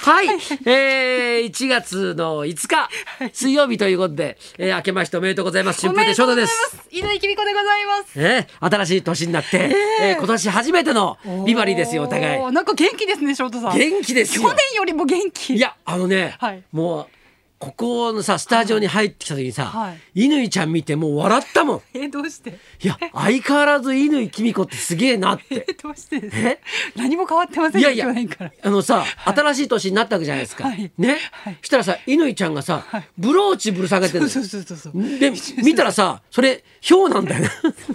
はい、1月の5日水曜日ということで、明けましておめでとうございます。春風亭昇太です。 乾きみこでございます。 新しい年になって、今年初めてのビバリーですよ。お互いなんか元気ですね、翔太さん。 元気ですよ。 去年よりも元気。 いやはい、もうここのさスタジオに入ってきた時にさ、乾ちゃん見てもう笑ったもん。 どうして？ いや相変わらず乾きみこってすげえなって。 どうしてですか？何も変わってませんよ。去年から新しい年になったわけじゃないですか、ね、したらさ乾ちゃんがさ、ブローチぶる下げてるの。で見たらさそれヒョウなんだよね。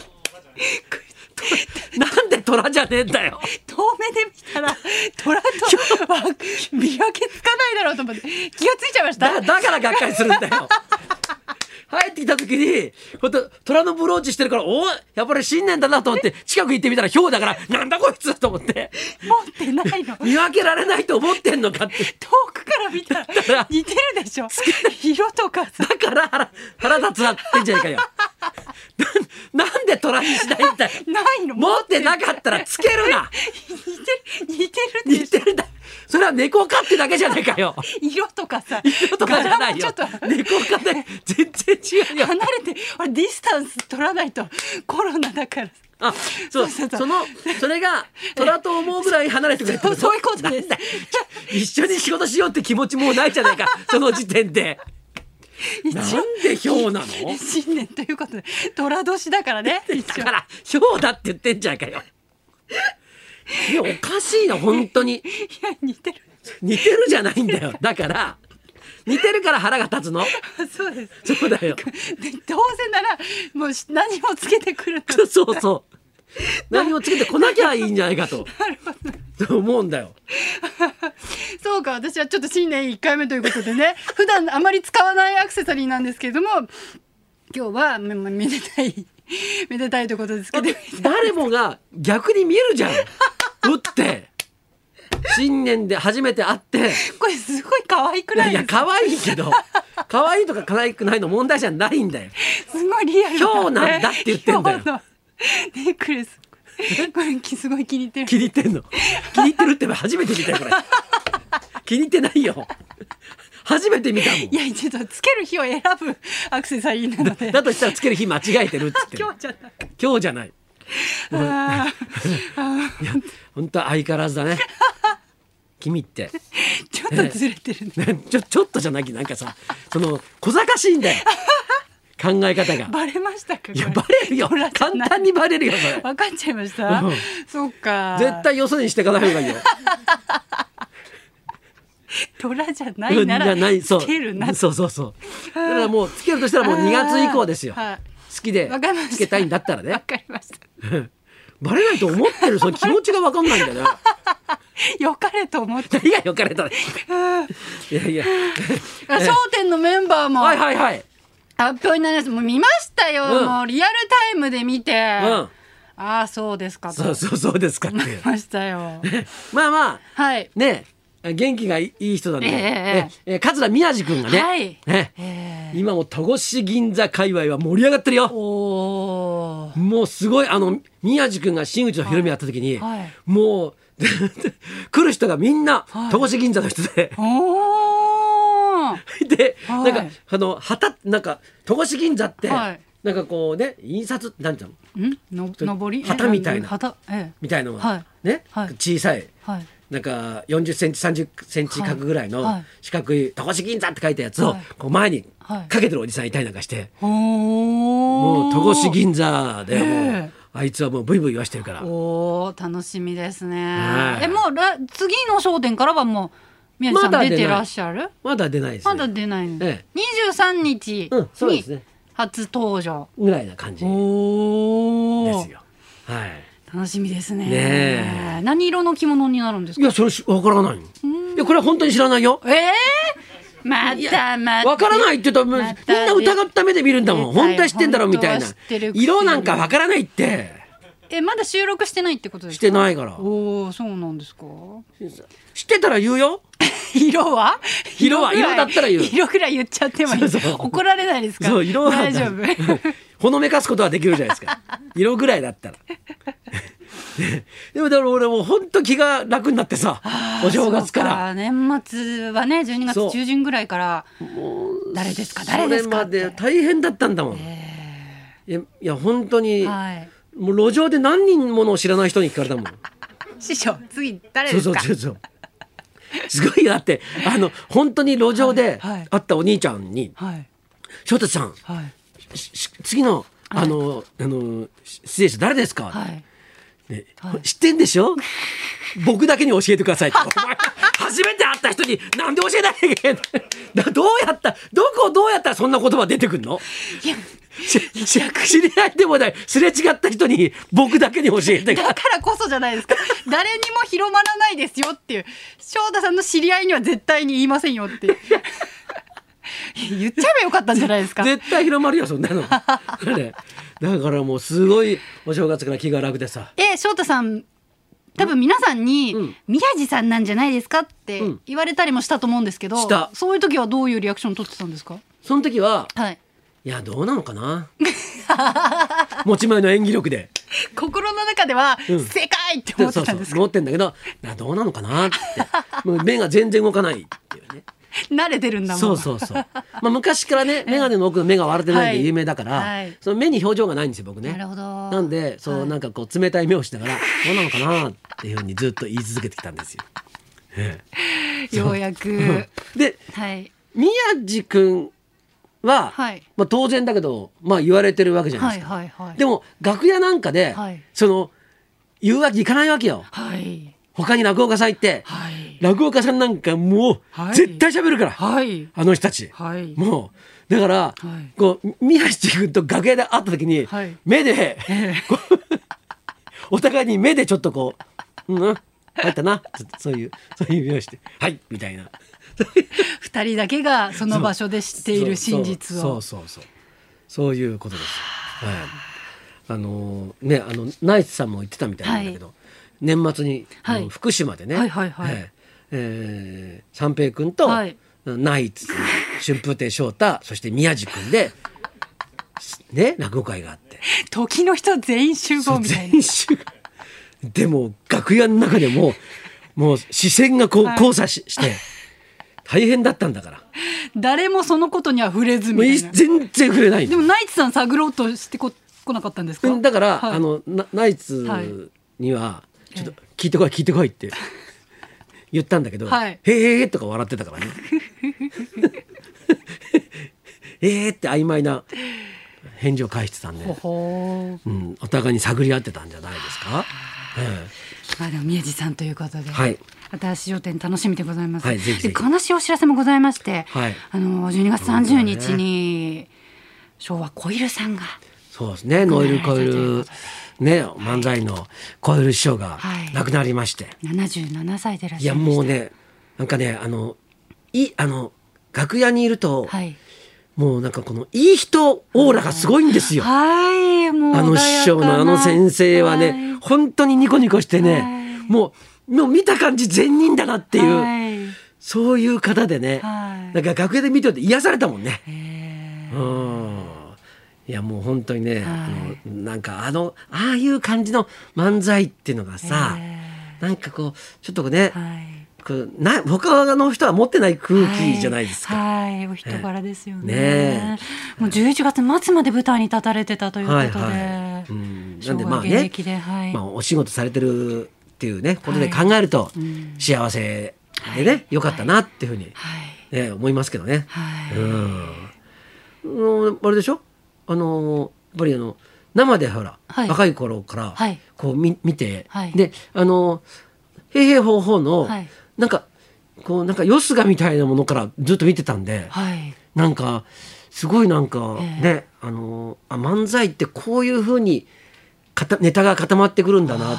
なんで虎じゃねえんだよ。 遠目で見たら虎と見分けつかないだろうと思って気がついちゃいました。 だからがっかりするんだよ。入ってきた時に虎のブローチしてるからやっぱり新年だなと思って近く行ってみたらヒョウだからなんだこいつと思って持ってないの。 見分けられないと思ってんのかって。 遠くから見たら似てるでしょ。色とかさ。 だから腹立つなってんじゃないかよ。なんで虎にしないんだよ。 ないの。 持ってなかったらつけるな。 似てるでしょ。 似てるんだ。それは猫科ってだけじゃないかよ。 色とかさ。 色とかじゃないよ。猫科で全然違うよ。 離れてディスタンス取らないと。コロナだから。 それが虎と思うぐらい離れてくれてる。 そういうことです。 一緒に仕事しようって気持ちもうないじゃないか。その時点で。なんでヒョウなの？ 新年ということで虎年だからね。 だからヒョウだって言ってんじゃんかよ。いやおかしいな本当に。いや似てるじゃないんだよ。だから似てるから腹が立つの。 そうです。 そうだよ。 どうせならもう何もつけてくる。 そう何もつけてこなきゃいいんじゃないかと思うんだよ。 そうか、私はちょっと新年1回目ということでね普段あまり使わないアクセサリーなんですけれども今日はめでたいということですけど、 誰もが逆に見えるじゃん。打って新年で初めて会ってこれすごい可愛くないですか？ いや可愛いけど可愛いとか可愛くないの問題じゃないんだよ。 すごいリアルな、 ヒョウなんだって言ってんだよ。 ネックレスこれすごい気に入ってる。 気に入ってんの？気に入ってるって初めて見たよこれ。気に入ってないよ。初めて見たもん。いやちょっとつける日を選ぶアクセサリーなので。 だとしたらつける日間違えてるっつって。 今日じゃない。 いや本当相変わらずだね。君ってちょっとずれてるね。 ちょっとじゃなきゃなんかさ小賢しいんだよ。考え方がバレましたか？ いやバレるよ。簡単にバレるよ。それ分かっちゃいました。そっか。 絶対よそにしていかない方がいいよ。 虎じゃないならつけるな。 そうだからもうつけるとしたらもう2月以降ですよ。好きでつけたいんだったらね。 わかりました。 バレないと思ってるその気持ちが分かんないんだよね。 よかれと思って。 いやよかれと。いや笑点のメンバーもはい発表になります。もう見ましたよ。もうリアルタイムで見て。ああそうですかと。 そうですかって見ましたよ。 まあね元気がいい人なんで、桂宮治君がね、今も戸越銀座界隈は盛り上がってるよ。もうすごい宮治君が真打ちのヒロミやった時に、もう来る人がみんな戸越銀座の人で。でなんか戸越銀座ってなんかこうね印刷なんていうのぼり旗みたいなみたいのがね小さいなんか40センチ30センチ角ぐらいの四角い戸越銀座って書いたやつをこう前にかけてるおじさんいたりなんかしてもう戸越銀座でもうあいつはもうブイブイ言わしてるから。 楽しみですね。もう次の笑点からはもう宮治さん出てらっしゃる？ まだ出ないですね。 まだ出ないの。23日に初登場ぐらいな感じですよ。 楽しみですね。何色の着物になるんですか？ いやそれわからない。いやこれは本当に知らないよ。 またわからないって言ったらみんな疑った目で見るんだもん。本当は知ってんだろうみたいな。色なんかわからないって。 まだ収録してないってことですか？ してないから。 そうなんですか。 知ってたら言うよ。 色だったら言う。 色ぐらい言っちゃってもいい。怒られないですか？ そう色は大丈夫。 ほのめかすことはできるじゃないですか。色ぐらいだったら。 でもだから俺もう本当気が楽になってさ、お正月から。 年末はね12月中旬ぐらいから誰ですか誰ですかって。 それまで大変だったんだもん。いや本当に、もう路上で何人もの知らない人に聞かれたもん。 師匠次誰ですか。 そうすごいだって本当に路上で会ったお兄ちゃんに「翔太さん、次の出演者誰ですか?」知ってんでしょ僕だけに教えてくださいって。初めて会った人になんで教えなきゃいけないどうやったらそんな言葉出てくるの。いや知り合いでもないすれ違った人に僕だけに教えて。 だからこそじゃないですか。誰にも広まらないですよっていう。翔太さんの知り合いには絶対に言いませんよって言っちゃえばよかったんじゃないですか。 絶対広まるよそんなの。だからもうすごいお正月から気が楽でさ。 翔太さん多分皆さんに、宮地さんなんじゃないですかって言われたりもしたと思うんですけど、そういう時はどういうリアクション取ってたんですか。 その時は、いやどうなのかな持ち前の演技力で心の中では、正解って思ってたんですか。 思ってんだけどどうなのかなってもう目が全然動かないっていうね。 慣れてるんだもん。 そう、昔からね眼鏡の奥の目が割れてないんで有名だから、その目に表情がないんですよ僕ね。 なるほど。 なんでなんかこう冷たい目をしながらどうなのかなっていうふうにずっと言い続けてきたんですよ。 ようやくで、宮地君は、当然だけど、言われてるわけじゃないですか。でも楽屋なんかで、言うわけいかないわけよ。他に落語家さん行って、落語家さんなんかもう絶対喋るから、あの人たち、もうだから、こう宮地君と楽屋で会った時に、目で、お互いに目でちょっとこう入ったなちょっとそういう目をしてはいみたいな。 2人だけがその場所で知っている真実を。 そういうことです。ナイツさんも言ってたみたいなんだけど、年末に福島でね、三平君とナイツ、春風亭昇太、そして宮地君でね落語会があって、 時の人全員集合みたいな。全員集合でも楽屋の中でもう視線がこう交差して大変だったんだから。 誰もそのことには触れずみたいな。 全然触れない。 でもナイツさん探ろうとして来なかったんですか。 だから、ナイツにはちょっと聞いてこいって言ったんだけど、へーとか笑ってたからね。って曖昧な返事を返してたんで、お互いに探り合ってたんじゃないですか。 でも宮地さんということで、新しい笑点楽しみでございます。 ぜひぜひ。 悲しいお知らせもございまして、12月30日に昭和コイルさんが、 そうですね、ノイルコイルね、漫才のコイル師匠が亡くなりまして、 77歳でいらっしゃいました。 いやもうね、なんかね楽屋にいると、もうなんかこのいい人オーラがすごいんですよ。もう師匠の先生はね、本当にニコニコしてね、もう見た感じ善人だなっていう、そういう方でね、なんか楽屋で見てて癒されたもんね。いやもう本当にね、なんかああいう感じの漫才っていうのがさ、なんかこうちょっとね、他の人は持ってない空気じゃないですか。 お人柄ですよね。もう11月末まで舞台に立たれてたということで、 なんで現役でお仕事されてるっていうねことで考えると幸せでね、よかったなっていうふうに思いますけどね。あれでしょ、やっぱり生でほら、若い頃からこう見て、でへいへいほうほうのなんかよすがみたいなものからずっと見てたんで、なんかすごいなんかね、漫才ってこういうふうにネタが固まってくるんだな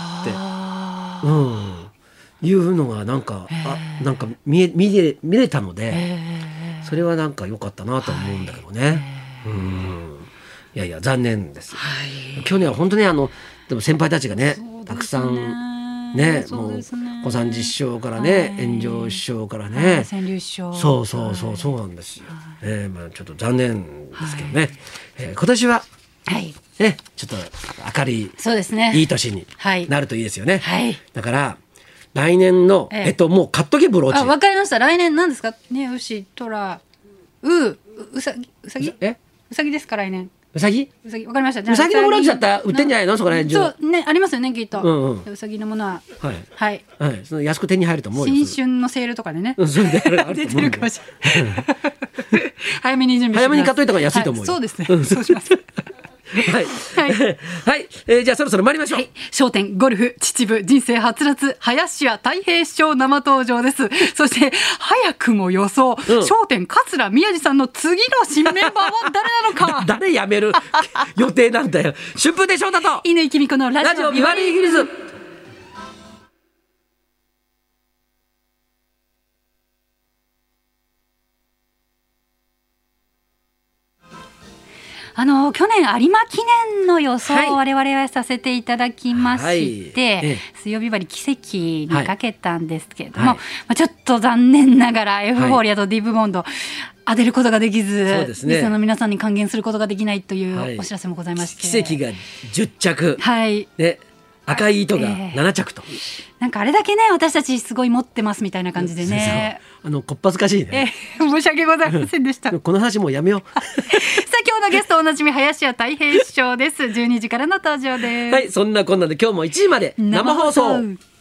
っていうのがなんか見れたので、それはなんか良かったなと思うんだけどね。いや残念です。去年は本当にでも先輩たちがねたくさんね、もう小三治師匠からね、炎上師匠からね、 川柳師匠、 そうなんですよ。ちょっと残念ですけどね。今年はちょっと明るい、 そうですね、 いい年になるといいですよね。 はい、 だから来年の、もう買っとけブローチ。 わかりました。来年何ですかね。牛、虎、うさぎうさぎですか来年。 うさぎわかりました。 うさぎのブローチだったら売ってんじゃないの、そこら辺。 そうね、ありますよねきっと。うさぎのものははいその安く手に入ると思うよ。 新春のセールとかでね、 それで出てるかもしれない。早めに準備して早めに買っといた方が安いと思うよ。 そうですね、そうします。 はいはい、じゃあそろそろ参りましょう。 笑点ゴルフ秩父人生はつらつ林家たい平師匠生登場です。そして早くも予想、笑点桂宮治さんの次の新メンバーは誰なのか。 誰辞める予定なんだよ。春風亭昇太と乾きみ子のラジオビバリーヒルズ。去年有馬記念の予想を我々はさせていただきまして、水曜日バリ奇跡にかけたんですけれども、ちょっと残念ながらエフフォーリアとディープボンド当てることができず、リスナーの皆さんに還元することができないというお知らせもございまして、 奇跡が10着、赤い糸が7着と、 なんかあれだけね私たちすごい持ってますみたいな感じでね、 こっぱずかしいね。 申し訳ございませんでした。 この話もうやめよう。 さあ今日のゲストおなじみ林家たい平師匠です。12時からの登場です。 はい、そんなこんなで今日も1時まで生放送。